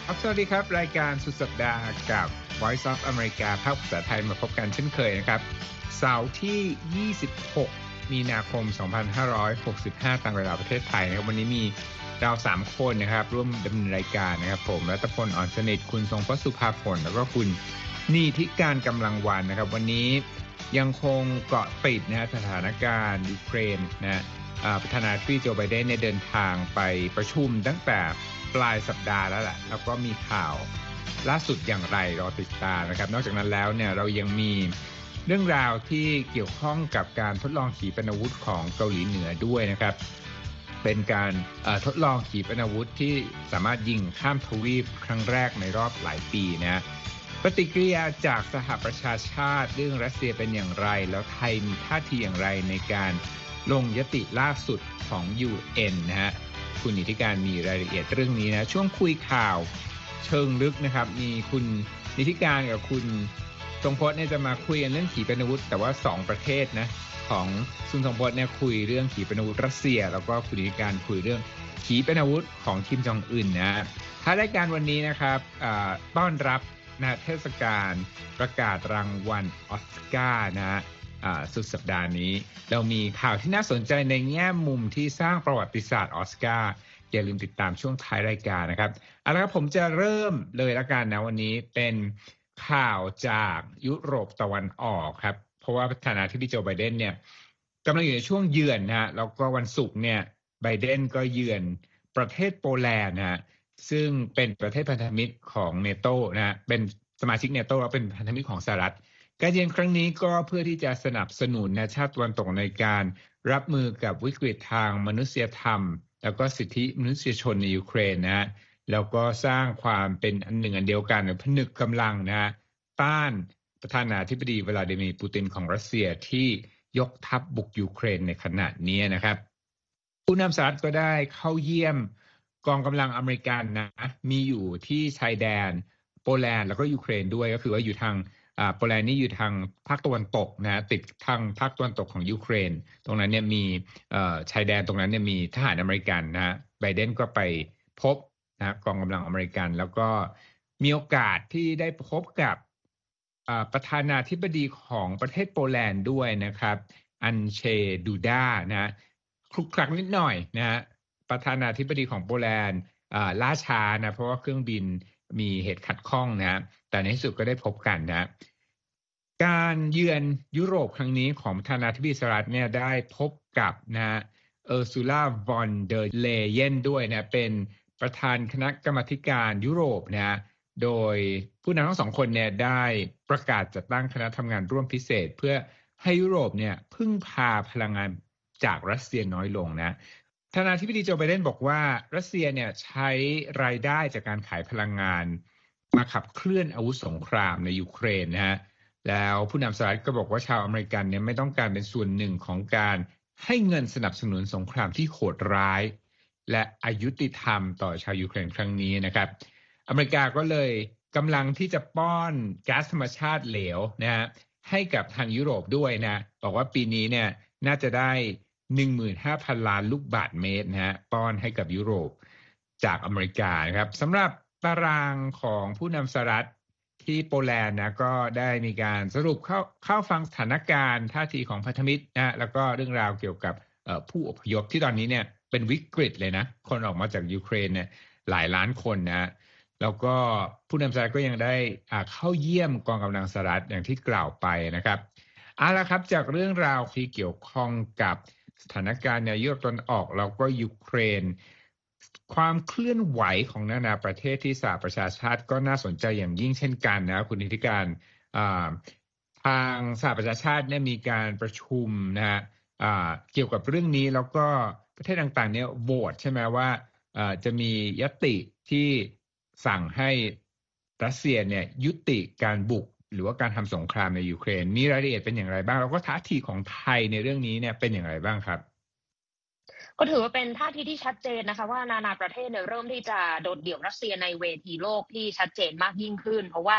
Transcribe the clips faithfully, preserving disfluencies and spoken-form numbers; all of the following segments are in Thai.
ครับสวัสดีครับรายการสุดสัปดาห์กับ Voice of America ภาคภาษาไทยมาพบกันเช่นเคยนะครับเสาร์ที่ยี่สิบหกมีนาคมสองพันห้าร้อยหกสิบห้าตามเวลาประเทศไทยนะครับวันนี้มีเราสามคนนะครับร่วมดำเนินรายการนะครับผมรัตพลอ่อนสนิทคุณทรงพระสุภาผลแล้วก็คุณนีธิการกำลังวันนะครับวันนี้ยังคงเกาะติดนะฮะสถานการณ์ยูเครนนะประธานาธิบดีโจไบเดนเนี่ยเดินทางไปประชุมตั้งแต่ปลายสัปดาห์แล้วแหละแล้วก็มีข่าวล่าสุดอย่างไรรอติดตามนะครับนอกจากนั้นแล้วเนี่ยเรายังมีเรื่องราวที่เกี่ยวข้องกับการทดลองขีปนาวุธของเกาหลีเหนือด้วยนะครับเป็นการทดลองขีปนาวุธที่สามารถยิงข้ามทวีปครั้งแรกในรอบหลายปีนะปฏิกิริยาจากสหประชาชาติเรื่องรัสเซียเป็นอย่างไรแล้วไทยมีท่าทีอย่างไรในการลงยติล่าสุดของ ยู เอ็น นะฮะคุณนิติการมีรายละเอียดเรื่องนี้นะช่วงคุยข่าวเชิงลึกนะครับมีคุณนิติการกับคุณทรงพจน์เนี่ยจะมาคุยกันเรื่องขีปนาวุธแต่ว่าสองประเทศนะของคุณทรงพจน์เนี่ยคุยเรื่องขีปนาวุธรัสเซียแล้วก็คุณนิติการคุยเรื่องขีปนาวุธของคิมจองอึนนะท้ายรายการวันนี้นะครับต้อนรับนะเทศกาลประกาศรางวัลออสการ์นะสุดสัปดาห์นี้เรามีข่าวที่น่าสนใจในแง่มุมที่สร้างประวัติศาสตร์ออสการ์อย่าลืมติดตามช่วงท้ายรายการนะครับเอาละครับผมจะเริ่มเลยละกันนะวันนี้เป็นข่าวจากยุโรปตะวันออกครับเพราะว่าประธานาธิบดีโจไบเดนเนี่ยกำลังอยู่ในช่วงเยือนนะฮะแล้วก็วันศุกร์เนี่ยไบเดนก็เยือนประเทศโปแลนด์นะฮะซึ่งเป็นประเทศพันธมิตรของเนโตนะฮะเป็นสมาชิกเนโตแล้วเป็นพันธมิตรของสหรัฐการเยือนครั้งนี้ก็เพื่อที่จะสนับสนุนนะชาติตะวันตกในการรับมือกับวิกฤตทางมนุษยธรรมแล้วก็สิทธิมนุษยชนในยูเครนนะแล้วก็สร้างความเป็นอันหนึ่งอันเดียวกันผนึกกำลังนะต้านประธานาธิบดีวลาดิเมียร์ปูตินของรัสเซียที่ยกทัพบุกยูเครนในขณะนี้นะครับผู้นำสหรัฐก็ได้เข้าเยี่ยมกองกำลังอเมริกันนะมีอยู่ที่ชายแดนโปแลนด์แล้วก็ยูเครนด้วยก็คือว่าอยู่ทางอ่าโปแลนด์นี่อยู่ทางภาคตะวันตกนะติดทางภาคตะวันตกของยูเครนตรงนั้นเนี่ยมีเอ่อชายแดนตรงนั้นเนี่ยมีทหารอเมริกันนะไบเดนก็ไปพบนะกองกำลังอเมริกันแล้วก็มีโอกาสที่ได้พบกับประธานาธิบดีของประเทศโปแลนด์ด้วยนะครับอันเชดูดานะคลุกคลักนิดหน่อยนะฮะประธานาธิบดีของโปแลนด์ล่าช้านะเพราะว่าเครื่องบินมีเหตุขัดข้องนะแต่ในที่สุดก็ได้พบกันนะการเยือนยุโรปครั้งนี้ของประธานาธิบดีสหรัฐเนี่ยได้พบกับนะเออร์ซูลาวอนเดอร์เลเยนด้วยนะเป็นประธานคณะกรรมาการยุโรปนะโดยผู้นำทั้งสองคนเนี่ยได้ประกาศจัดตั้งคณะทำงานร่วมพิเศษเพื่อให้ยุโรปเนี่ยพึ่งพาพลังงานจากรัสเซียน้อยลงนะประธานาธิบดีโจไบเดนบอกว่ารัสเซียเนี่ยใช้รายได้จากการขายพลังงานมาขับเคลื่อนอาวุธสงครามในยูเครนนะฮะแล้วผู้นำสหรัฐก็บอกว่าชาวอเมริกันเนี่ยไม่ต้องการเป็นส่วนหนึ่งของการให้เงินสนับสนุนสงครามที่โหดร้ายและอยุติธรรมต่อชาวยูเครนครั้งนี้นะครับอเมริกาก็เลยกำลังที่จะป้อนก๊าซธรรมชาติเหลวนะฮะให้กับทางยุโรปด้วยนะบอกว่าปีนี้เนี่ยน่าจะได้ หนึ่งหมื่นห้าพัน ล้านลูกบาศก์เมตรนะฮะป้อนให้กับยุโรปจากอเมริกานะครับสำหรับตารางของผู้นำสหรัฐที่โปแลนด์นะก็ได้มีการสรุปเข้าเข้าฟังสถานการณ์ท่าทีของพันธมิตรนะแล้วก็เรื่องราวเกี่ยวกับผู้อพยพที่ตอนนี้เนี่ยเป็นวิกฤตเลยนะคนออกมาจากยูเครนเนี่ยหลายล้านคนนะแล้วก็ผู้นำสหรัฐก็ยังได้เข้าเยี่ยมกองกำลังสหรัฐอย่างที่กล่าวไปนะครับเอาละครับจากเรื่องราวที่เกี่ยวข้องกับสถานการณ์ในยุโรปตะวันออกแล้วก็ยูเครนความเคลื่อนไหวของนานาประเทศที่สหประชาชาติก็น่าสนใจอย่างยิ่งเช่นกันนะคุณนิติการทางสหประชาชาติเนี่ยมีการประชุมนะฮะเกี่ยวกับเรื่องนี้แล้วก็ประเทศต่างๆเนี่ยโหวตใช่ไหมว่าจะมียติที่สั่งให้รัสเซียเนี่ยยุติการบุกหรือว่าการทำสงครามในยูเครนมีรายละเอียดเป็นอย่างไรบ้างแล้วก็ท่าทีของไทยในเรื่องนี้เนี่ยเป็นอย่างไรบ้างครับก็ถือว่าเป็นท่าทีที่ชัดเจนนะคะว่านานาประเทศเนี่ยเริ่มที่จะโดดเดี่ยวรัสเซียในเวทีโลกที่ชัดเจนมากยิ่งขึ้นเพราะว่า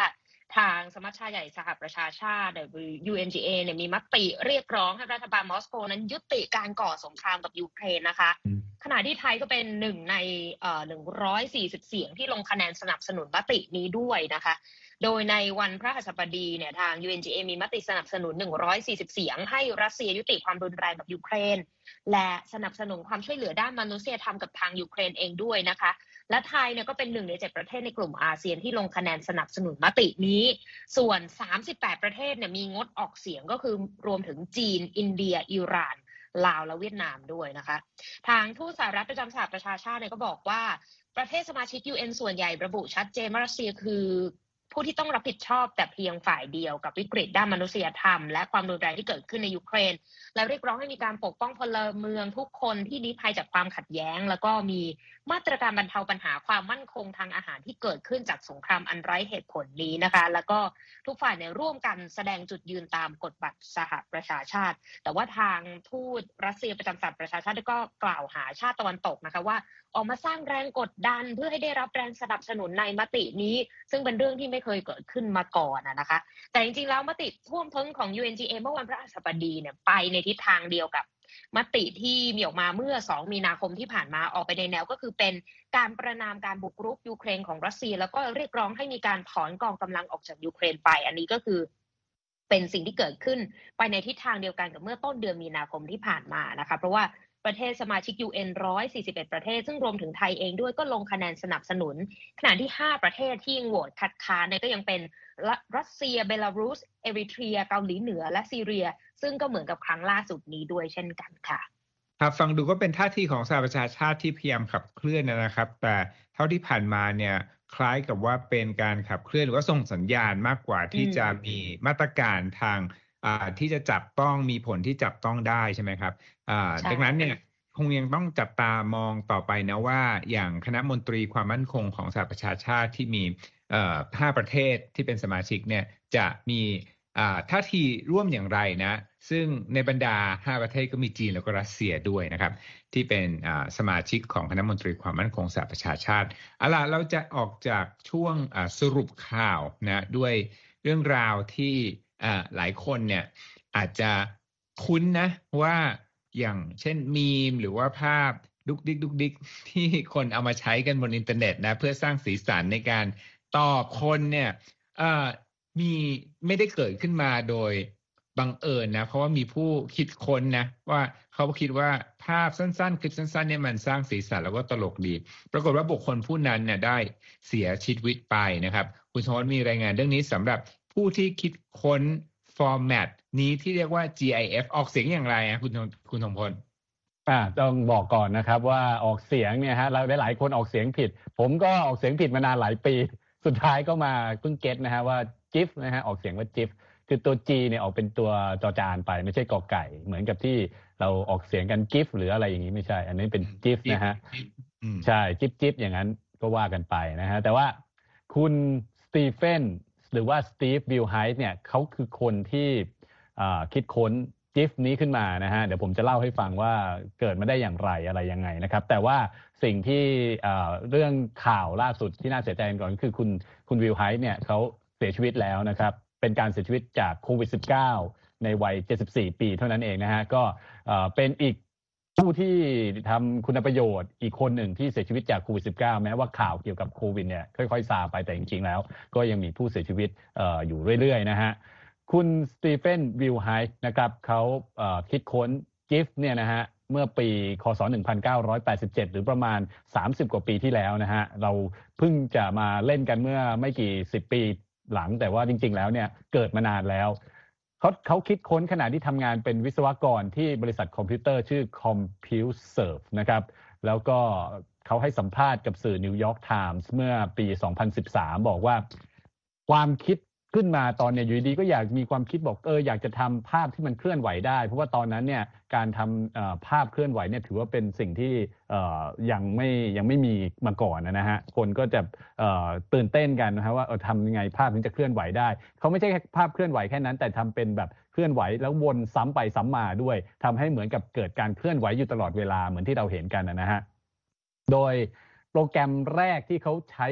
ทางสมัชชาใหญ่สหประชาชาติ ยู เอ็น จี เอ เนี่ยมีมติเรียกร้องให้รัฐบาลมอสโกนั้นยุติการก่อสงครามกับยูเครนนะคะขณะที่ไทยก็เป็นหนึ่งในเอ่อหนึ่งร้อยสี่สิบเสียงที่ลงคะแนนสนับสนุนมตินี้ด้วยนะคะโดยในวันพฤหัสบดีเนี่ยทาง ยู เอ็น จี เอ มีมติสนับสนุนหนึ่งร้อยสี่สิบเสียงให้รัสเซียยุติความรุนแรงกับยูเครนและสนับสนุนความช่วยเหลือด้านมนุษยธรรมกับทางยูเครนเองด้วยนะคะและไทยเนี่ยก็เป็นหนึ่งในเจ็ดประเทศในกลุ่มอาเซียนที่ลงคะแนนสนับสนุนมตินี้ส่วนสามสิบแปดประเทศเนี่ยมีงดออกเสียงก็คือรวมถึงจีนอินเดียอิหร่านลาวและเวียดนามด้วยนะคะทางทูตสหรัฐประจำสหประชาชาติเนี่ยก็บอกว่าประเทศสมาชิก ยู เอ็น ส่วนใหญ่ระบุชัดเจนว่ารัสเซียคือผู้ที่ต้องรับผิดชอบแต่เพียงฝ่ายเดียวกับวิกฤตด้านมนุษยธรรมและความรุนแรงที่เกิดขึ้นในยูเครนและเรียกร้องให้มีการปกป้องพลเมืองทุกคนที่ลี้ภัยจากความขัดแย้งแล้วก็มีมาตรการบรรเทาปัญหาความมั่นคงทางอาหารที่เกิดขึ้นจากสงครามอันไร้เหตุผลนี้นะคะแล้วก็ทุกฝ่ายเนี่ยร่วมกันแสดงจุดยืนตามกฎบัตรสหประชาชาติแต่ว่าทางทูตรัสเซียประจำสหประชาชาติก็กล่าวหาชาติตะวันตกนะคะว่าออกมาสร้างแรงกดดันเพื่อให้ได้รับแรงสนับสนุนในมตินี้ซึ่งเป็นเรื่องที่ไม่เคยเกิดขึ้นมาก่อนนะคะแต่จริงๆแล้วมติท่วมท้นของ ยู เอ็น จี เอ เมื่อวันพฤหัสบดีเนี่ยไปในทิศทางเดียวกับมติที่มีออกมาเมื่อสองมีนาคมที่ผ่านมาออกไปในแนวก็คือเป็นการประณามการบุกรุกยูเครนของรัสเซียแล้วก็เรียกร้องให้มีการถอนกองกำลังออกจากยูเครนไปอันนี้ก็คือเป็นสิ่งที่เกิดขึ้นไปในทิศทางเดียวกันกับเมื่อต้นเดือนมีนาคมที่ผ่านมานะคะเพราะว่าประเทศสมาชิก ยู เอ็น หนึ่งร้อยสี่สิบเอ็ดประเทศซึ่งรวมถึงไทยเองด้วยก็ลงคะแนนสนับสนุนขณะที่ห้าประเทศที่โหวตคัดค้านเนี่ยก็ยังเป็นรัสเซียเบลารุสเอริเทรียเกาหลีเหนือและซีเรียซึ่งก็เหมือนกับครั้งล่าสุดนี้ด้วยเช่นกันค่ะครับฟังดูก็เป็นท่าทีของสหประชาชาติที่พยายามขับเคลื่อนนะครับแต่เท่าที่ผ่านมาเนี่ยคล้ายกับว่าเป็นการขับเคลื่อนหรือว่าส่งสัญญาณมากกว่าที่จะมีมาตรการทางที่จะจับต้องมีผลที่จับต้องได้ใช่ไหมครับดังนั้นเนี่ยคงยังต้องจับตามองต่อไปนะว่าอย่างคณะมนตรีความมั่นคงของสหประชาชาติที่มีห้าประเทศที่เป็นสมาชิกเนี่ยจะมีท่าทีร่วมอย่างไรนะซึ่งในบรรดาห้าประเทศก็มีจีนแล้วก็รัสเซียด้วยนะครับที่เป็นสมาชิกของคณะมนตรีความมั่นคงสหประชาชาติเอาล่ะเราจะออกจากช่วงสรุปข่าวนะด้วยเรื่องราวที่หลายคนเนี่ยอาจจะคุ้นนะว่าอย่างเช่นมีมหรือว่าภาพดุกดิกดุกดิกที่คนเอามาใช้กันบนอินเทอร์เน็ตนะเพื่อสร้างสีสันในการต่อคนเนี่ยมีไม่ได้เกิดขึ้นมาโดยบังเอิญนะเพราะว่ามีผู้คิดค้นนะว่าเขาคิดว่าภาพสั้นๆคลิปสั้นๆเนี่ยมันสร้างสีสันแล้วก็ตลกดีปรากฏว่าบุคคลผู้นั้นเนี่ยได้เสียชีวิตไปนะครับคุณสมพลมีรายงานเรื่องนี้สำหรับผู้ที่คิดค้นฟอร์แมตนี้ที่เรียกว่า จี ไอ เอฟ ออกเสียงอย่างไรนะคุณคุณสมพลอ่าต้องบอกก่อนนะครับว่าออกเสียงเนี่ยฮะเราหลายๆคนออกเสียงผิดผมก็ออกเสียงผิดมานานหลายปีสุดท้ายก็มาเพิ่งเก็ตนะฮะว่าจิฟนะฮะออกเสียงว่าจิฟคือตัว G เนี่ยออกเป็นตัวจอจานไปไม่ใช่กอไก่เหมือนกับที่เราออกเสียงกันกิฟหรืออะไรอย่างนี้ไม่ใช่อันนี้เป็นจิฟนะฮะใช่จิฟจิฟอย่างนั้นก็ว่ากันไปนะฮะแต่ว่าคุณสตีเฟนหรือว่าสตีฟวิลไฮท์เนี่ยเขาคือคนที่คิดค้นจิฟนี้ขึ้นมานะฮะเดี๋ยวผมจะเล่าให้ฟังว่าเกิดมาได้อย่างไรอะไรยังไงนะครับแต่ว่าสิ่งที่เรื่องข่าวล่าสุดที่น่าเสียใจก่อนคือคุณคุณวิลไฮท์เนี่ยเขาเสียชีวิตแล้วนะครับเป็นการเสียชีวิตจากโควิด สิบเก้า ในวัยเจ็ดสิบสี่ปีเท่านั้นเองนะฮะก็เป็นอีกผู้ที่ทำคุณประโยชน์อีกคนหนึ่งที่เสียชีวิตจากโควิด สิบเก้า แม้ว่าข่าวเกี่ยวกับโควิดเนี่ยค่อยๆซาไปแต่จริงๆแล้วก็ยังมีผู้เสียชีวิตอยู่เรื่อยๆนะฮะคุณสตีเฟนวิลไฮท์นะครับเขาคิดค้นกิฟต์เนี่ยนะฮะเมื่อปีคศหนึ่งพันเก้าร้อยแปดสิบเจ็ดหรือประมาณสามสิบกว่าปีที่แล้วนะฮะเราเพิ่งจะมาเล่นกันเมื่อไม่กี่สิบปีหลังแต่ว่าจริงๆแล้วเนี่ยเกิดมานานแล้วเขาเขาคิดค้นขณะที่ทำงานเป็นวิศวกรที่บริษัทคอมพิวเตอร์ชื่อ CompuServe นะครับแล้วก็เขาให้สัมภาษณ์กับสื่อ New York Times เมื่อปีสองพันสิบสามบอกว่าความคิดขึ้นมาตอนเนี่ยอยู่ดีก็อยากมีความคิดบอกเอออยากจะทำภาพที่มันเคลื่อนไหวได้เพราะว่าตอนนั้นเนี่ยการทำภาพเคลื่อนไหวเนี่ยถือว่าเป็นสิ่งที่ยังไม่ยังไม่มีมาก่อนนะฮะคนก็จะตื่นเต้นกันนะฮะว่าเออทำยังไงภาพถึงจะเคลื่อนไหวได้เขาไม่ใช่แค่ภาพเคลื่อนไหวแค่นั้นแต่ทำเป็นแบบเคลื่อนไหวแล้ววนซ้ำไปซ้ำมาด้วยทำให้เหมือนกับเกิดการเคลื่อนไหวอยู่ตลอดเวลาเหมือนที่เราเห็นกันนะฮะโดยโปรแกรมแรกที่เขาใช้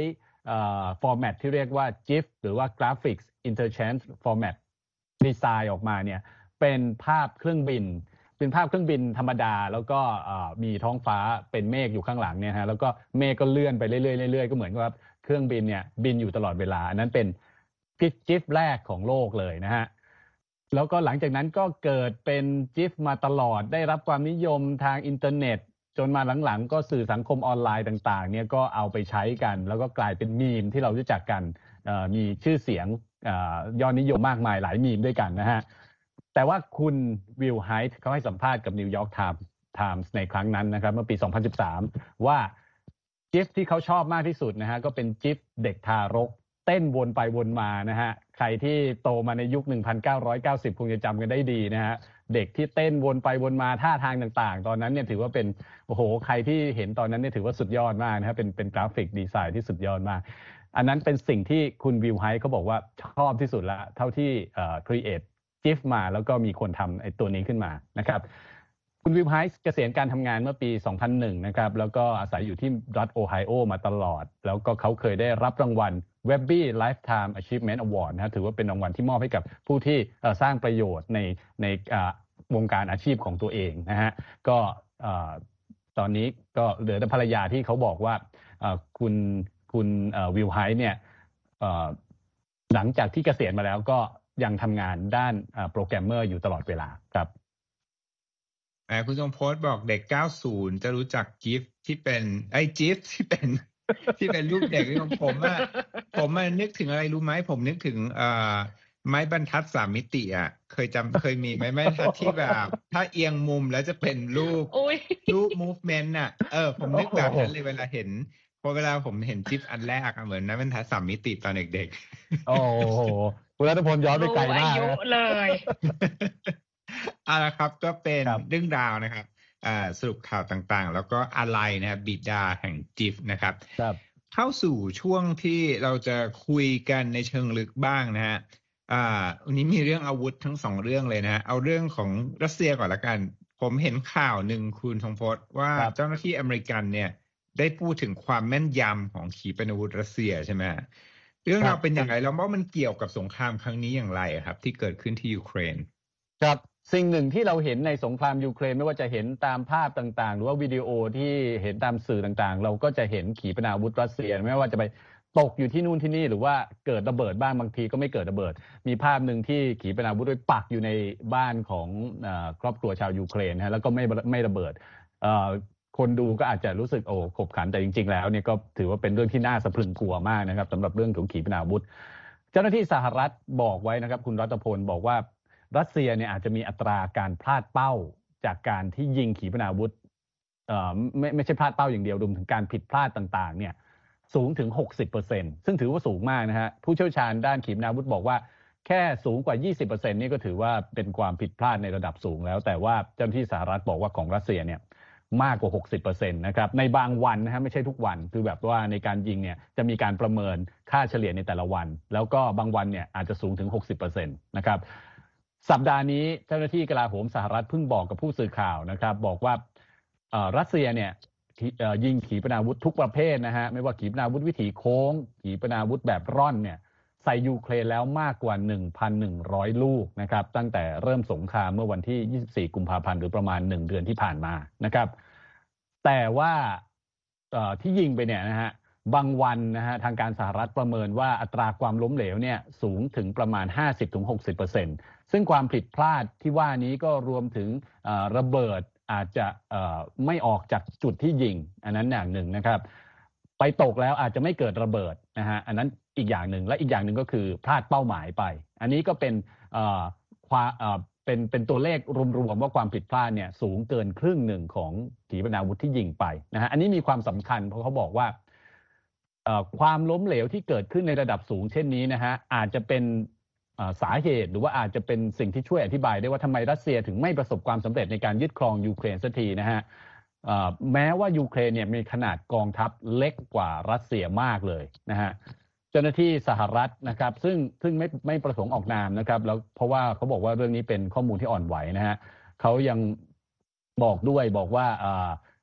ฟอร์แมตที่เรียกว่า GIF หรือว่า Graphics Interchange Format ดีไซน์ออกมาเนี่ยเป็นภาพเครื่องบินเป็นภาพเครื่องบินธรรมดาแล้วก็มีท้องฟ้าเป็นเมฆอยู่ข้างหลังเนี่ยฮะแล้วก็เมฆก็เลื่อนไปเรื่อยๆเรื่อยๆก็เหมือนกับเครื่องบินเนี่ยบินอยู่ตลอดเวลาอันนั้นเป็นจิฟแรกของโลกเลยนะฮะแล้วก็หลังจากนั้นก็เกิดเป็นจิฟมาตลอดได้รับความนิยมทางอินเทอร์เน็ตจนมาหลังๆก็สื่อสังคมออนไลน์ต่างๆเนี่ยก็เอาไปใช้กันแล้วก็กลายเป็นมีมที่เรารู้จักกันมีชื่อเสียงยอดนิยมมากมายหลายมีมด้วยกันนะฮะแต่ว่าคุณวิลไฮท์เขาให้สัมภาษณ์กับนิวยอร์กไทม์ในครั้งนั้นนะครับเมื่อปีสองพันสิบสามว่าจิฟที่เขาชอบมากที่สุดนะฮะก็เป็นจิฟเด็กทารกเต้นวนไปวนมานะฮะใครที่โตมาในยุคหนึ่งพันเก้าร้อยเก้าสิบคงจะจำกันได้ดีนะฮะเด็กที่เต้นวนไปวนมาท่าทางต่างๆตอนนั้นเนี่ยถือว่าเป็นโอ้โหใครที่เห็นตอนนั้นเนี่ยถือว่าสุดยอดมากนะฮะเป็นเป็นกราฟิกดีไซน์ที่สุดยอดมากอันนั้นเป็นสิ่งที่คุณวิลไฮท์เขาบอกว่าชอบที่สุดละเท่าที่เอ่อ create จิฟมาแล้วก็มีคนทำไอ้ตัวนี้ขึ้นมานะครับคุณวิลไฮท์เกษียณการทำงานเมื่อปีสองพันหนึ่งนะครับแล้วก็อาศัยอยู่ที่รัฐโอไฮโอมาตลอดแล้วก็เขาเคยได้รับรางวัล Webby Lifetime Achievement Award นะถือว่าเป็นรางวัลที่มอบให้กับผู้ที่สร้างประโยชน์ในในวงการอาชีพของตัวเองนะฮะก็ตอนนี้ก็เหลือแต่ภรรยาที่เขาบอกว่าคุณคุณวิลไฮท์เนี่ยหลังจากที่เกษียณมาแล้วก็ยังทำงานด้านโปรแกรมเมอร์อยู่ตลอดเวลาครับคุณทรงพจน์บอกเด็กเก้าสิบจะรู้จักกิฟที่เป็นไอ้จิฟที่เป็นที่เป็นรูปเด็กของผมอ่ะผมมันนึกถึงอะไรรู้ไหมผมนึกถึงเอ่อไม้บรรทัดสามมิติอ่ะเคยจำเคยมีไหมไม้บรรทัดที่แบบถ้าเอียงมุมแล้วจะเป็นรูปรูป movement อ่ะเออผมนึกแบบนั้นเลยเวลาเห็นพอเวลาผมเห็นจิฟอันแรกเหมือนไม้บรรทัดสามมิติตอนเด็กๆโอ้โหคุณรัตพลย้อนไปไกลมากเลยเอาละครับก็เป็นเรื่องราวนะครับสรุปข่าวต่างๆแล้วก็อะไรนะครับบิดาแห่งจิฟนะครับเข้าสู่ช่วงที่เราจะคุยกันในเชิงลึกบ้างนะฮะวันนี้มีเรื่องอาวุธทั้งสองเรื่องเลยนะเอาเรื่องของรัสเซียก่อนละกันผมเห็นข่าวหนึ่งคุณทองพจน์ว่าเจ้าหน้าที่อเมริกันเนี่ยได้พูดถึงความแม่นยำของขีปนาวุธรัสเซียใช่ไหมเรื่องราวเป็นอย่างไรแล้วว่ามันเกี่ยวกับสงครามครั้งนี้อย่างไรครับที่เกิดขึ้นที่ยูเครนครับสิ่งหนึ่งที่เราเห็นในสงครามยูเครนไม่ว่าจะเห็นตามภาพต่างๆหรือว่าวิดีโอที่เห็นตามสื่อต่างๆเราก็จะเห็นขีปนาวุธรัสเซียไม่ว่าจะไปตกอยู่ที่นู่นที่นี่หรือว่าเกิดระเบิดบ้างบางทีก็ไม่เกิดระเบิดมีภาพหนึ่งที่ขีปนาวุธไปปักอยู่ในบ้านของครอบครัวชาวยูเครนนะแล้วก็ไม่ไม่ระเบิดคนดูก็อาจจะรู้สึกโอ้ขบขันแต่จริงๆแล้วเนี่ยก็ถือว่าเป็นเรื่องที่น่าสะพรึงกลัวมากนะครับสำหรับเรื่องของขีปนาวุธเจ้าหน้าที่สหรัฐบอกไว้นะครับคุณรัตพลบอกว่ารัสเซียเนี่ยอาจจะมีอัตราการพลาดเป้าจากการที่ยิงขีปนาวุธเอ่อไม่ไม่ใช่พลาดเป้าอย่างเดียวรวมถึงการผิดพลาดต่างๆเนี่ยสูงถึง หกสิบเปอร์เซ็นต์ ซึ่งถือว่าสูงมากนะฮะผู้เชี่ยวชาญด้านขีปนาวุธบอกว่าแค่สูงกว่า ยี่สิบเปอร์เซ็นต์ นี่ก็ถือว่าเป็นความผิดพลาดในระดับสูงแล้วแต่ว่าเจ้าหน้าที่สหรัฐบอกว่าของรัสเซียเนี่ยมากกว่า หกสิบเปอร์เซ็นต์ นะครับในบางวันนะฮะไม่ใช่ทุกวันคือแบบว่าในการยิงเนี่ยจะมีการประเมินค่าเฉลี่ยในแต่ละวันแล้วก็บางวันเนี่ยอาจจะสูงถึง หกสิบเปอร์เซ็นต์ นะครับสัปดาห์นี้เจ้าหน้าที่กลาโหมสหรัฐเพิ่งบอกกับผู้สื่อข่าวนะครับบอกว่ารัสเซียเนี่ยยิงขีปนาวุธทุกประเภทนะฮะไม่ว่าขีปนาวุธวิถีโค้งขีปนาวุธแบบร่อนเนี่ยใส่ยูเครนแล้วมากกว่า หนึ่งพันหนึ่งร้อย ลูกนะครับตั้งแต่เริ่มสงครามเมื่อวันที่ยี่สิบสี่กุมภาพันธ์หรือประมาณหนึ่งเดือนที่ผ่านมานะครับแต่ว่าที่ยิงไปเนี่ยนะฮะบางวันนะฮะทางการสหรัฐประเมินว่าอัตราความล้มเหลวเนี่ยสูงถึงประมาณ ห้าสิบถึงหกสิบเปอร์เซ็นต์ ซึ่งความผิดพลาดที่ว่านี้ก็รวมถึงระเบิดอาจจะไม่ออกจากจุดที่ยิงอันนั้นอย่างหนึ่งนะครับไปตกแล้วอาจจะไม่เกิดระเบิดนะฮะอันนั้นอีกอย่างหนึ่งและอีกอย่างหนึ่งก็คือพลาดเป้าหมายไปอันนี้ก็เป็นความเป็นเป็นตัวเลขรวมๆว่าความผิดพลาดเนี่ยสูงเกินครึ่งหนึ่งของขีปนาวุธที่ยิงไปนะฮะอันนี้มีความสำคัญเพราะเขาบอกว่าความล้มเหลวที่เกิดขึ้นในระดับสูงเช่นนี้นะฮะอาจจะเป็นสาเหตุหรือว่าอาจจะเป็นสิ่งที่ช่วยอธิบายได้ว่าทำไมรัสเซียถึงไม่ประสบความสำเร็จในการยึดครองยูเครนสักทีนะฮะแม้ว่ายูเครนเนี่ยมีขนาดกองทัพเล็กกว่ารัสเซียมากเลยนะฮะเจ้าหน้าที่สหรัฐนะครับซึ่งซึ่งไม่ไม่ประสงค์ออกนามนะครับแล้วเพราะว่าเขาบอกว่าเรื่องนี้เป็นข้อมูลที่อ่อนไหวนะฮะเขายังบอกด้วยบอกว่า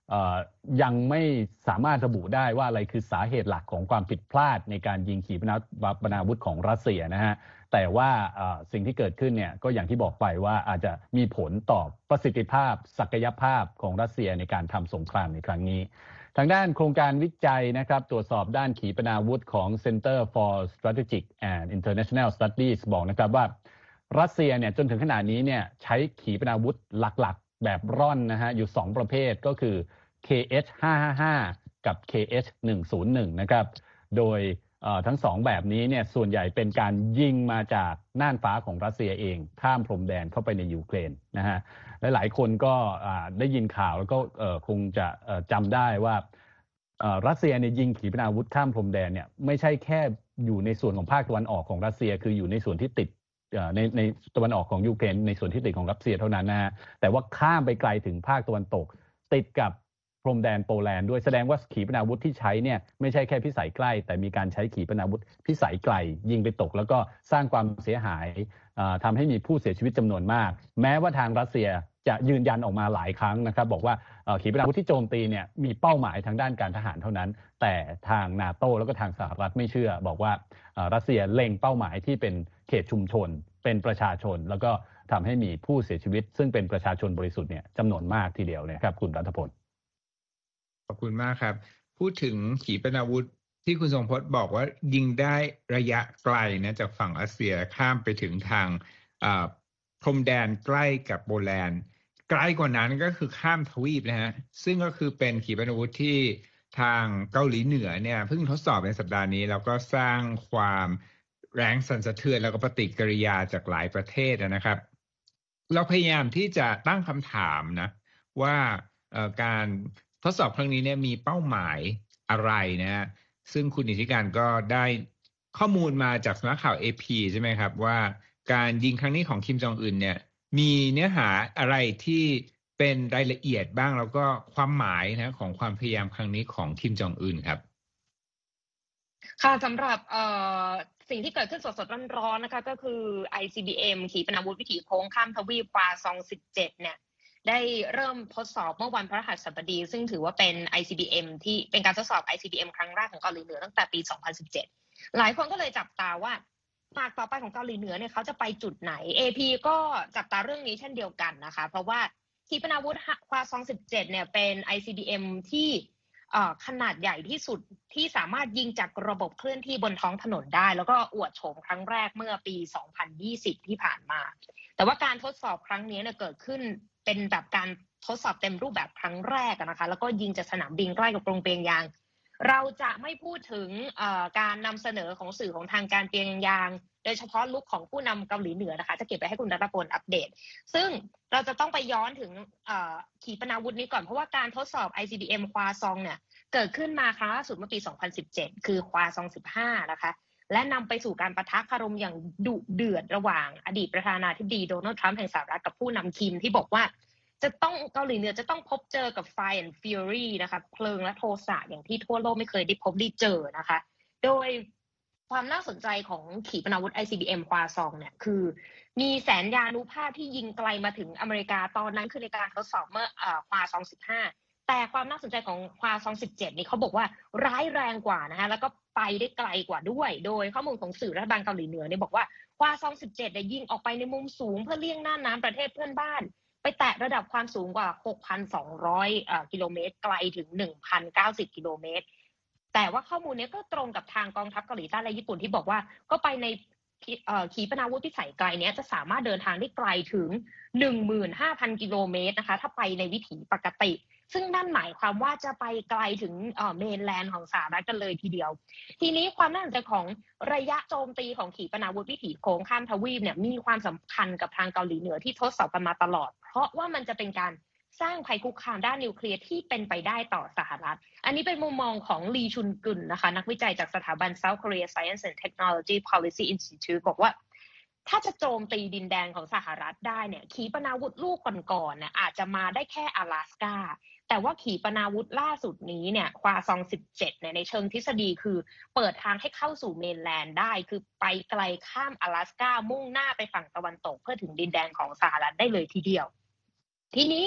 ยังไม่สามารถระบุได้ว่าอะไรคือสาเหตุหลักของความผิดพลาดในการยิงขีปนาวุธของรัสเซียนะฮะแต่ว่าสิ่งที่เกิดขึ้นเนี่ยก็อย่างที่บอกไปว่าอาจจะมีผลต่อประสิทธิภาพศักยภาพของรัสเซียในการทำสงครามในครั้งนี้ทางด้านโครงการวิจัยนะครับตรวจสอบด้านขีปนาวุธของ Center for Strategic and International Studies บอกนะครับว่ารัสเซียเนี่ยจนถึงขณะนี้เนี่ยใช้ขีปนาวุธหลักๆแบบร่อนนะฮะอยู่สองประเภทก็คือ เค เอช ห้า ห้า ห้า กับ เค เอช หนึ่ง ศูนย์ หนึ่ง นะครับโดยทั้งสองแบบนี้เนี่ยส่วนใหญ่เป็นการยิงมาจากน่านฟ้าของรัสเซียเองข้ามพรมแดนเข้าไปในยูเครนนะฮะและหลายคนก็ได้ยินข่าวแล้วก็คงจะจำได้ว่ารัสเซียเนี่ยยิงขีปนาวุธข้ามพรมแดนเนี่ยไม่ใช่แค่อยู่ในส่วนของภาคตะวันออกของรัสเซียคืออยู่ในส่วนที่ติดในในตะวันออกของยูเครนในส่วนที่ติดของรัสเซียเท่านั้นนะฮะแต่ว่าข้ามไปไกลถึงภาคตะวันตกติดกับพรมแดนโปแลนด์ด้วยแสดงว่าขีปนาวุธที่ใช้เนี่ยไม่ใช่แค่พิสัยใกล้แต่มีการใช้ขีปนาวุธพิสัยไกลยิงไปตกแล้วก็สร้างความเสียหายทำให้มีผู้เสียชีวิตจำนวนมากแม้ว่าทางรัสเซียจะยืนยันออกมาหลายครั้งนะครับบอกว่าขีปนาวุธที่โจมตีเนี่ยมีเป้าหมายทางด้านการทหารเท่านั้นแต่ทางนาโต้แล้วก็ทางสหรัฐไม่เชื่อบอกว่ารัสเซียเล็งเป้าหมายที่เป็นเขตชุมชนเป็นประชาชนแล้วก็ทำให้มีผู้เสียชีวิตซึ่งเป็นประชาชนบริสุทธิ์เนี่ยจำนวนมากทีเดียวเนี่ยครับคุณรัฐพลขอบคุณมากครับพูดถึงขีปนาวุธที่คุณทรงพจน์บอกว่ายิงได้ระยะไกลนะจากฝั่งรัสเซียข้ามไปถึงทางพรมแดนใกล้กับโปแลนด์ไกลกว่านั้นก็คือข้ามทวีปนะฮะซึ่งก็คือเป็นขีปนาวุธที่ทางเกาหลีเหนือเนี่ยเพิ่งทดสอบในสัปดาห์นี้แล้วก็สร้างความแรงสั่นสะเทือนแล้วก็ปฏิกิริยาจากหลายประเทศนะครับเราพยายามที่จะตั้งคำถามนะว่าการทดสอบครั้งนี้เนี่ยมีเป้าหมายอะไรนะฮะซึ่งคุณอิทธิการก็ได้ข้อมูลมาจากสำนักข่าว เอ พี ใช่ไหมครับว่าการยิงครั้งนี้ของคิมจองอึนเนี่ยมีเนื้อหาอะไรที่เป็นรายละเอียดบ้างแล้วก็ความหมายนะของความพยายามครั้งนี้ของคิมจองอึนครับค่ะสำหรับสิ่งที่เกิดขึ้นสดๆร้อนๆนะคะก็คือ ไอ ซี บี เอ็ม ขีปนาวุธวิถีโค้งข้ามทวีปควาซองสิบเจ็ดเนี่ยได้เริ่มทดสอบเมื่อวันพฤหัสบดีซึ่งถือว่าเป็น ไอ ซี บี เอ็ม ที่เป็นการทดสอบ ไอ ซี บี เอ็ม ครั้งแรกของเกาหลีเหนือตั้งแต่ปีสองพันสิบเจ็ดหลายคนก็เลยจับตาว่าฉากต่อไปของเกาหลีเหนือเนี่ยเขาจะไปจุดไหน เอ พี ก็จับตาเรื่องนี้เช่นเดียวกันนะคะเพราะว่าขีปนาวุธควาซองสิบเจ็ดเนี่ยเป็น ไอ ซี บี เอ็ม ที่ขนาดใหญ่ที่สุดที่สามารถยิงจากระบบเคลื่อนที่บนท้องถนนได้แล้วก็อวดโฉมครั้งแรกเมื่อปีสองพันยี่สิบที่ผ่านมาแต่ว่าการทดสอบครั้งนี้เนี่ยเกิดขึ้นเป็นแบบการทดสอบเต็มรูปแบบครั้งแรกนะคะแล้วก็ยิงจากสนามบินใกล้กับกรุงเปียงยางเราจะไม่พูดถึงการนำเสนอของสื่อของทางการเปียงยางโดยเฉพาะลุคของผู้นำเกาหลีเหนือนะคะจะเก็บไปให้คุณรัตพลอัปเดตซึ่งเราจะต้องไปย้อนถึงขีปนาวุธนี้ก่อนเพราะว่าการทดสอบ ไอ ซี บี เอ็ม ควาซองเนี่ยเกิดขึ้นมาครั้งล่าสุดเมื่อปีสองพันสิบเจ็ดคือควาซองสิบห้านะคะและนำไปสู่การปะทะคารมอย่างดุเดือดระหว่างอดีตประธานาธิบดีโดนัลด์ทรัมป์แห่งสหรัฐกับผู้นำคิมที่บอกว่าจะต้องเกาหลีเหนือจะต้องพบเจอกับ Fire and Fury นะคะเพลิงและโทสะอย่างที่ทั่วโลกไม่เคยได้พบได้เจอนะคะโดยความน่าสนใจของขีปนาวุธ ไอ ซี บี เอ็ม ควาซองเนี่ยคือมีแสนยานุภาพที่ยิงไกลมาถึงอเมริกาตอนนั้นคือในการทดสอบเมื่อควาซองสิบห้าแต่ความน่าสนใจของควาซองสิบเจ็ดนี่เขาบอกว่าร้ายแรงกว่านะคะแล้วก็ไปได้ไกลกว่าด้วยโดยข้อมูลของสื่อรัฐบาลเกาหลีเหนือเนี่ยบอกว่าควาซองสิบเจ็ดเนี่ยยิงออกไปในมุมสูงเพื่อเลี่ยงน่านน้ำประเทศเพื่อนบ้านไปแตะระดับความสูงกว่า หกพันสองร้อย กิโลเมตรไกลถึง หนึ่งพันเก้าสิบ กิโลเมตรแต่ว่าข้อมูลนี้ก็ตรงกับทางกองทัพเกาหลีใต้และญี่ปุ่นที่บอกว่าก็ไปในขีปนาวุธพิสัยไกลนี้จะสามารถเดินทางได้ไกลถึง หนึ่งหมื่นห้าพัน กิโลเมตรนะคะถ้าไปในวิถีปกติซึ่งนั่นหมายความว่าจะไปไกลถึงเมนแลนด์ของสหรัฐกันเลยทีเดียวทีนี้ความน่าสนใจของระยะโจมตีของขีปนาวุธวิถีโค้งข้ามทวีปเนี่ยมีความสำคัญกับทางเกาหลีเหนือที่ทดสอบกันมาตลอดเพราะว่ามันจะเป็นการสร้างภัยคุกคามด้านนิวเคลียร์ที่เป็นไปได้ต่อสหรัฐอันนี้เป็นมุมมองของลีชุนกึนนะคะนักวิจัยจากสถาบัน South Korea Science and Technology Policy Institute บอกว่าถ้าจะโจมตีดินแดนของสหรัฐได้เนี่ยขีปนาวุธลูกก่อนๆเนี่ยอาจจะมาได้แค่阿拉斯ก้าแต่ว่าขีปนาวุธล่าสุดนี้เนี่ยควาซองสิบเจ็ดเนี่ยในเชิงทฤษฎีคือเปิดทางให้เข้าสู่เมนแลนด์ได้คือไปไกลข้าม阿拉斯ก้ามุ่งหน้าไปฝั่งตะวันตกเพื่อถึงดินแดนของสหรัฐได้เลยทีเดียวทีนี้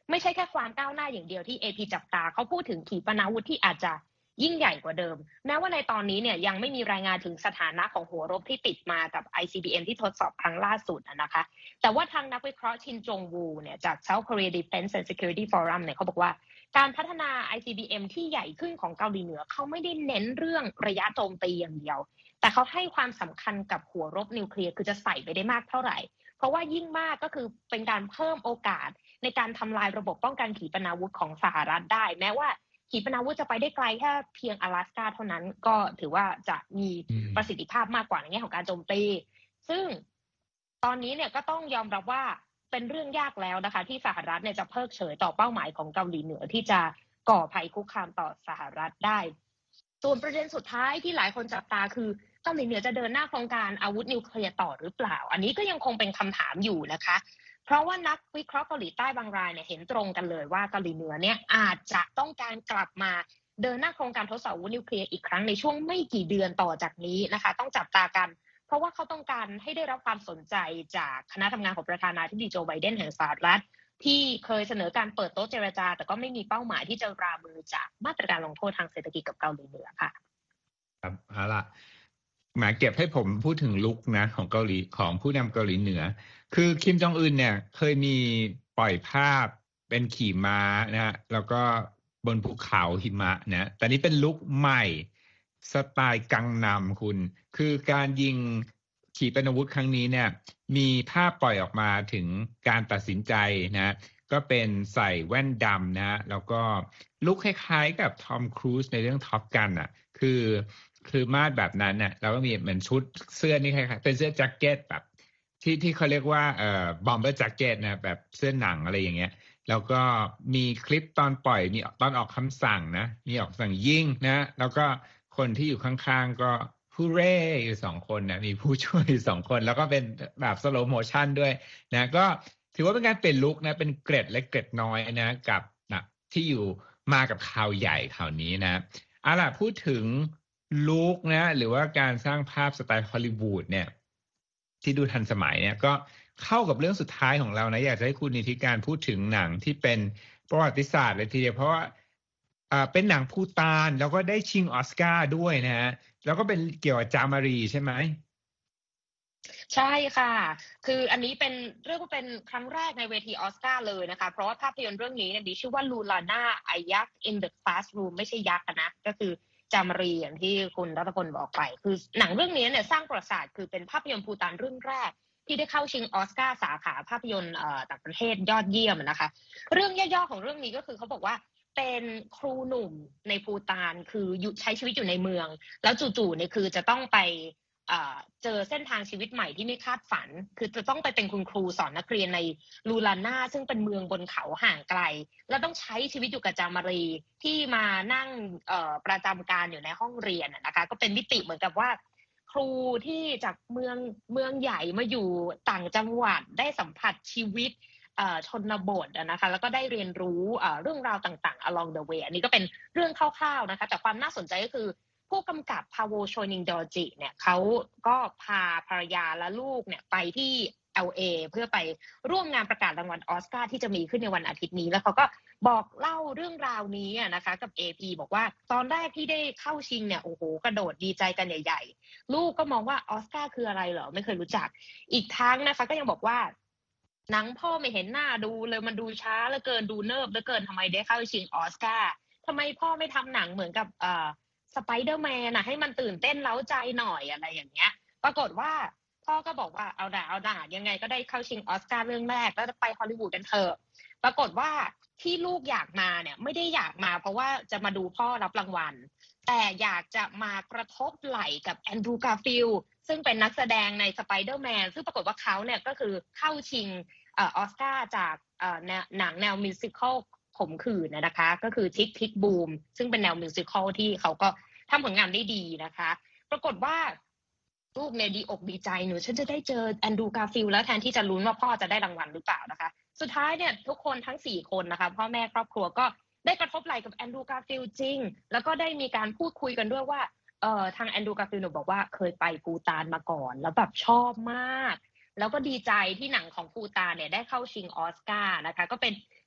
ไม่ใช่แค่ความก้าวหน้าอย่างเดียวที่ เอ พี จับตาเขาพูดถึงขีปนาวุธที่อาจจะยิ่งใหญ่กว่าเดิมแม้ว่าในตอนนี้เนี่ยยังไม่มีรายงานถึงสถานะของหัวรบที่ติดมากับ ไอ ซี บี เอ็ม ที่ทดสอบครั้งล่าสุดนะคะแต่ว่าทางนักวิเคราะห์ชินจงวูเนี่ยจาก South Korea Defense and Security Forum เนี่ยเขาบอกว่าการพัฒนา ไอ ซี บี เอ็ม ที่ใหญ่ขึ้นของเกาหลีเหนือเขาไม่ได้เน้นเรื่องระยะโจมตีอย่างเดียวแต่เขาให้ความสำคัญกับหัวรบนิวเคลียร์คือจะใส่ไปได้มากเท่าไหร่เพราะว่ายิ่งมากก็คือเป็นการเพิ่มโอกาสในการทำลายระบบป้องกันขีปนาวุธของสหรัฐได้แม้ว่าขีปนาวุธจะไปได้ไกลแค่เพียง阿拉斯าเท่านั้นก็ถือว่าจะมีประสิทธิภาพมากกว่าในแง่ของการโจมตีซึ่งตอนนี้เนี่ยก็ต้องยอมรับว่าเป็นเรื่องยากแล้วนะคะที่สหรัฐเนี่ยจะเพิกเฉยต่อเป้าหมายของเกาหลีเหนือที่จะก่อภัยคุกคามต่อสหรัฐได้ส่วนประเด็นสุดท้ายที่หลายคนจับตาคือเกาหลีเหนือจะเดินหน้าโครงการอาวุธนิวเคลียร์ต่อหรือเปล่าอันนี้ก็ยังคงเป็นคำถามอยู่นะคะเพราะว่านักวิเคราะห์เกาหลีใต้บางรายเนี่ยเห็นตรงกันเลยว่าเกาหลีเหนือเนี่ยอาจจะต้องการกลับมาเดินหน้าโครงการทดสอบอาวุธนิวเคลียร์อีกครั้งในช่วงไม่กี่เดือนต่อจากนี้นะคะต้องจับตากันเพราะว่าเขาต้องการให้ได้รับความสนใจจากคณะทำงานของประธานาธิบดีโจไบเดนแห่งสหรัฐที่เคยเสนอการเปิดโต๊ะเจรจาแต่ก็ไม่มีเป้าหมายที่จะรามือจากมาตรการลงโทษทางเศรษฐกิจกับเกาหลีเหนือค่ะครับเอาล่ะหมาเก็บให้ผมพูดถึงลุคนะของเกาหลีของผู้นำเกาหลีเหนือคือคิมจองอึนเนี่ยเคยมีปล่อยภาพเป็นขี่ม้านะฮะแล้วก็บนภูเขาหิมะนะแต่นี้เป็นลุคใหม่สไตล์กังนำคุณคือการยิงขีปนาวุธครั้งนี้เนี่ยมีภาพปล่อยออกมาถึงการตัดสินใจนะก็เป็นใส่แว่นดำนะแล้วก็ลุคคล้ายๆกับทอมครูซในเรื่องท็อปกันอ่ะคือคือมาดแบบนั้นน่ะแล้วก็มีเหมือนชุดเสื้อนี่คล้ายๆเป็นเสื้อแจ็คเก็ตแบบที่ที่เขาเรียกว่าเอ่อบอมเบอร์แจ็คเก็ตนะแบบเสื้อหนังอะไรอย่างเงี้ยแล้วก็มีคลิปตอนปล่อยมีตอนออกคำสั่งนะมีออกสั่งยิงนะแล้วก็คนที่อยู่ข้างๆก็ฮูเร่อยู่สองคนนะมีผู้ช่วยอยู่สองคนแล้วก็เป็นแบบสโลว์โมชั่นด้วยนะก็ถือว่าเป็นการเปลี่ยนลุคนะเป็นเกร็ดเล็กเกร็ดน้อยนะกับนะที่อยู่มากับข่าวใหญ่ข่าวนี้นะเอาล่ะพูดถึงลุคนะหรือว่าการสร้างภาพสไตล์ฮอลลีวูดเนี่ยที่ดูทันสมัยเนี่ยก็เข้ากับเรื่องสุดท้ายของเรานะอยากจะให้คุณนิติการพูดถึงหนังที่เป็นประวัติศาสตร์เลยทีเดียวเพราะว่าอ่าเป็นหนังภูฏานแล้วก็ได้ชิงออสการ์ด้วยนะฮะแล้วก็เป็นเกี่ยวกับจามารีใช่ไหมใช่ค่ะคืออันนี้เป็นเรียกว่าเป็นครั้งแรกในเวทีออสการ์เลยนะคะเพราะว่าภาพยนตร์เรื่องนี้เนี่ยมีชื่อว่าลูลาน่าไอยักษ์ in the classroom ไม่ใช่ยักษ์นะก็คือจามรีอย่างที่คุณรัตพลบอกไปคือหนังเรื่องนี้เนี่ยสร้างประวัติศาสตร์คือเป็นภาพยนตร์ภูฏานเรื่องแรกที่ได้เข้าชิงออสการ์สาขาภาพยนตร์ต่างประเทศยอดเยี่ยมนะคะเรื่องย่อๆของเรื่องนี้ก็คือเขาบอกว่าเป็นครูหนุ่มในภูฏานคืออยู่ใช้ชีวิตอยู่ในเมืองแล้วจู่ๆเนี่ยคือจะต้องไปเจอเส้นทางชีวิตใหม่ที่ไม่คาดฝันคือจะต้องไปเป็นคุณครูสอนนักเรียนในลูลาน่าซึ่งเป็นเมืองบนเขาห่างไกลแล้วต้องใช้ชีวิตอยู่กับจามารีที่มานั่งประจำการอยู่ในห้องเรียนนะคะก็เป็นมิติเหมือนกับว่าครูที่จากเมืองเมืองใหญ่มาอยู่ต่างจังหวัดได้สัมผัสชีวิตชนบทนะคะแล้วก็ได้เรียนรู้เรื่องราวต่างๆ along the way อันนี้ก็เป็นเรื่องคร่าวๆนะคะแต่ความน่าสนใจก็คือผู้กำกับพาโวโชนิงดอจิเนี่ยเขาก็พาภรรยาและลูกเนี่ยไปที่ แอล เอ เพื่อไปร่วมงานประกาศรางวัลออสการ์ที่จะมีขึ้นในวันอาทิตย์นี้แล้วเขาก็บอกเล่าเรื่องราวนี้นะคะกับ เอ พี บอกว่าตอนแรกที่ได้เข้าชิงเนี่ยโอ้โหกระโดดดีใจกันใหญ่ๆลูกก็มองว่าออสการ์คืออะไรเหรอไม่เคยรู้จักอีกทั้งนะคะก็ยังบอกว่าหนังพ่อไม่เห็นหน้าดูเลยมันดูช้าเหลือเกินดูเนิบเหลือเกินทำไมได้เข้าชิงออสการ์ทำไมพ่อไม่ทำหนังเหมือนกับเอ่อสไปเดอร์แมนนะให้มันตื่นเต้นเร้าใจหน่อยอะไรอย่างเงี้ยปรากฏว่าพ่อก็บอกว่าเอาด่าเอาด่ายังไงก็ได้เข้าชิงออสการ์เรื่องแรกแล้วจะไปฮอลลีวูดกันเถอะปรากฏว่าที่ลูกอยากมาเนี่ยไม่ได้อยากมาเพราะว่าจะมาดูพ่อรับรางวัลแต่อยากจะมากระทบไหล่กับแอนดรูว์การ์ฟิลด์ซึ่งเป็นนักแสดงในสไปเดอร์แมนซึ่งปรากฏว่าเขาเนี่ยก็คือเข้าชิงออสการ์จากหนังแนวมิวสิคอลข่มขืนนะคะก็คือทิกทิกบูมซึ่งเป็นแนวมิวสิคอลที่เขาก็ทำผลงานได้ดีนะคะปรากฏว่าลูกเนี่ยดีอกดีใจหนูฉันจะได้เจอแอนดรูว์การ์ฟิลด์แล้วแทนที่จะลุ้นว่าพ่อจะได้รางวัลหรือเปล่านะคะสุดท้ายเนี่ยทุกคนทั้งสี่คนนะคะพ่อแม่ครอบครัวก็ได้กระทบไหล่กับแอนดรูว์การ์ฟิลด์จริงแล้วก็ได้มีการพูดคุยกันด้วยว่าเอ่อทางแอนดรูว์การ์ฟิลด์บอกว่าเคยไปภูฏานมาก่อนแล้วแบบชอบมากแล้วก็ดีใจที่หนังของภูฏานเนี่ยได้เข้าชิงออสการ์นะคะก็เป็น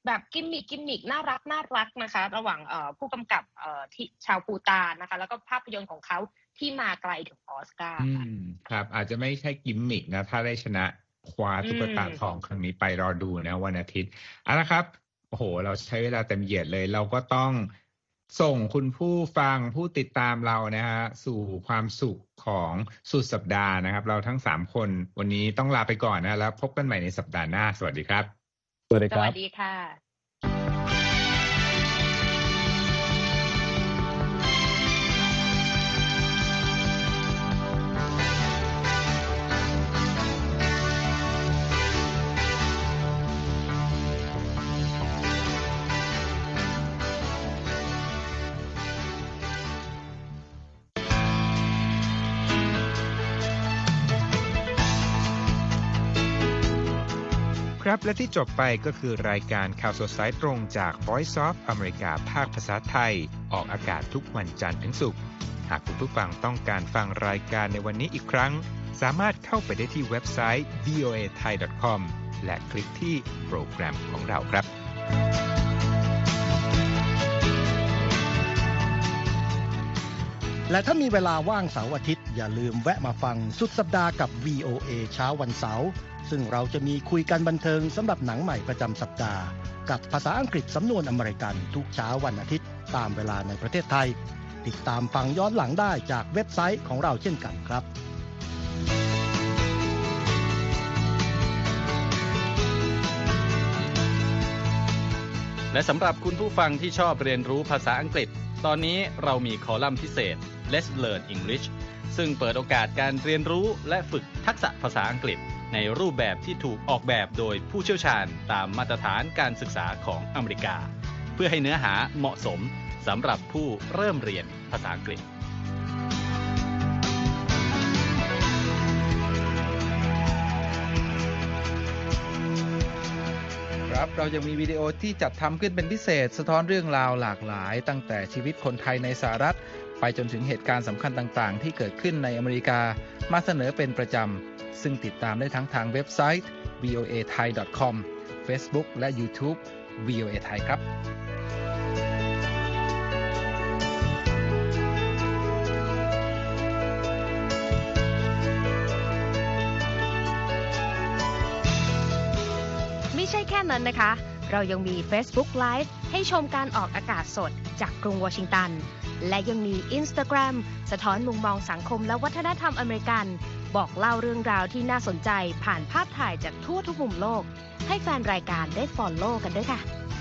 แบบกิมมิกกิมมิกน่ารักน่ารักนะคะระหว่างเอ่อผู้กำกับเอ่อที่ชาวภูฏานนะคะแล้วก็ภาพยนตร์ของเขาที่มาไกลถึงออสการ์ค่ะครับอาจจะไม่ใช่กิมมิกนะถ้าได้ชนะคว้าตุ๊กตาทองครั้งนี้ไปรอดูนะวันอาทิตย์เอาละครับโอ้โหเราใช้เวลาเต็มเหยียดเลยเราก็ต้องส่งคุณผู้ฟังผู้ติดตามเรานะฮะสู่ความสุขของสุดสัปดาห์นะครับเราทั้งสามคนวันนี้ต้องลาไปก่อนนะแล้วพบกันใหม่ในสัปดาห์หน้าสวัสดีครับสวัสดีครับสวัสดีค่ะครับและที่จบไปก็คือรายการข่าวสดสายตรงจาก Voice of America ภาคภาษาไทยออกอากาศทุกวันจันทร์ถึงศุกร์หากคุณผู้ฟังต้องการฟังรายการในวันนี้อีกครั้งสามารถเข้าไปได้ที่เว็บไซต์ วี โอ เอ ไทย ดอท คอม และคลิกที่โปรแกรมของเราครับและถ้ามีเวลาว่างเสาร์อาทิตย์อย่าลืมแวะมาฟังสุดสัปดาห์กับ วี โอ เอ เช้าวันเสาร์ซึ่งเราจะมีคุยกันบันเทิงสำหรับหนังใหม่ประจำสัปดาห์กับภาษาอังกฤษสำนวนอเมริกันทุกเช้าวันอาทิตย์ตามเวลาในประเทศไทยติดตามฟังย้อนหลังได้จากเว็บไซต์ของเราเช่นกันครับและสำหรับคุณผู้ฟังที่ชอบเรียนรู้ภาษาอังกฤษตอนนี้เรามีคอลัมน์พิเศษ Let's Learn English ซึ่งเปิดโอกาสการเรียนรู้และฝึกทักษะภาษาอังกฤษในรูปแบบที่ถูกออกแบบโดยผู้เชี่ยวชาญตามมาตรฐานการศึกษาของอเมริกาเพื่อให้เนื้อหาเหมาะสมสำหรับผู้เริ่มเรียนภาษาอังกฤษครับเรายังมีวิดีโอที่จัดทำขึ้นเป็นพิเศษสะท้อนเรื่องราวหลากหลายตั้งแต่ชีวิตคนไทยในสหรัฐไปจนถึงเหตุการณ์สำคัญต่างๆที่เกิดขึ้นในอเมริกามาเสนอเป็นประจำซึ่งติดตามได้ทั้งทางเว็บไซต์ วี โอ เอ ไทย ดอท คอม Facebook และ YouTube วี โอ เอ ไทยครับไม่ใช่แค่นั้นนะคะเรายังมี Facebook Live ให้ชมการออกอากาศสดจากกรุงวอชิงตันและยังมี Instagram สะท้อนมุมมองสังคมและวัฒนธรรมอเมริกันบอกเล่าเรื่องราวที่น่าสนใจผ่านภาพถ่ายจากทั่วทุกมุมโลกให้แฟนรายการได้ follow กันด้วยค่ะ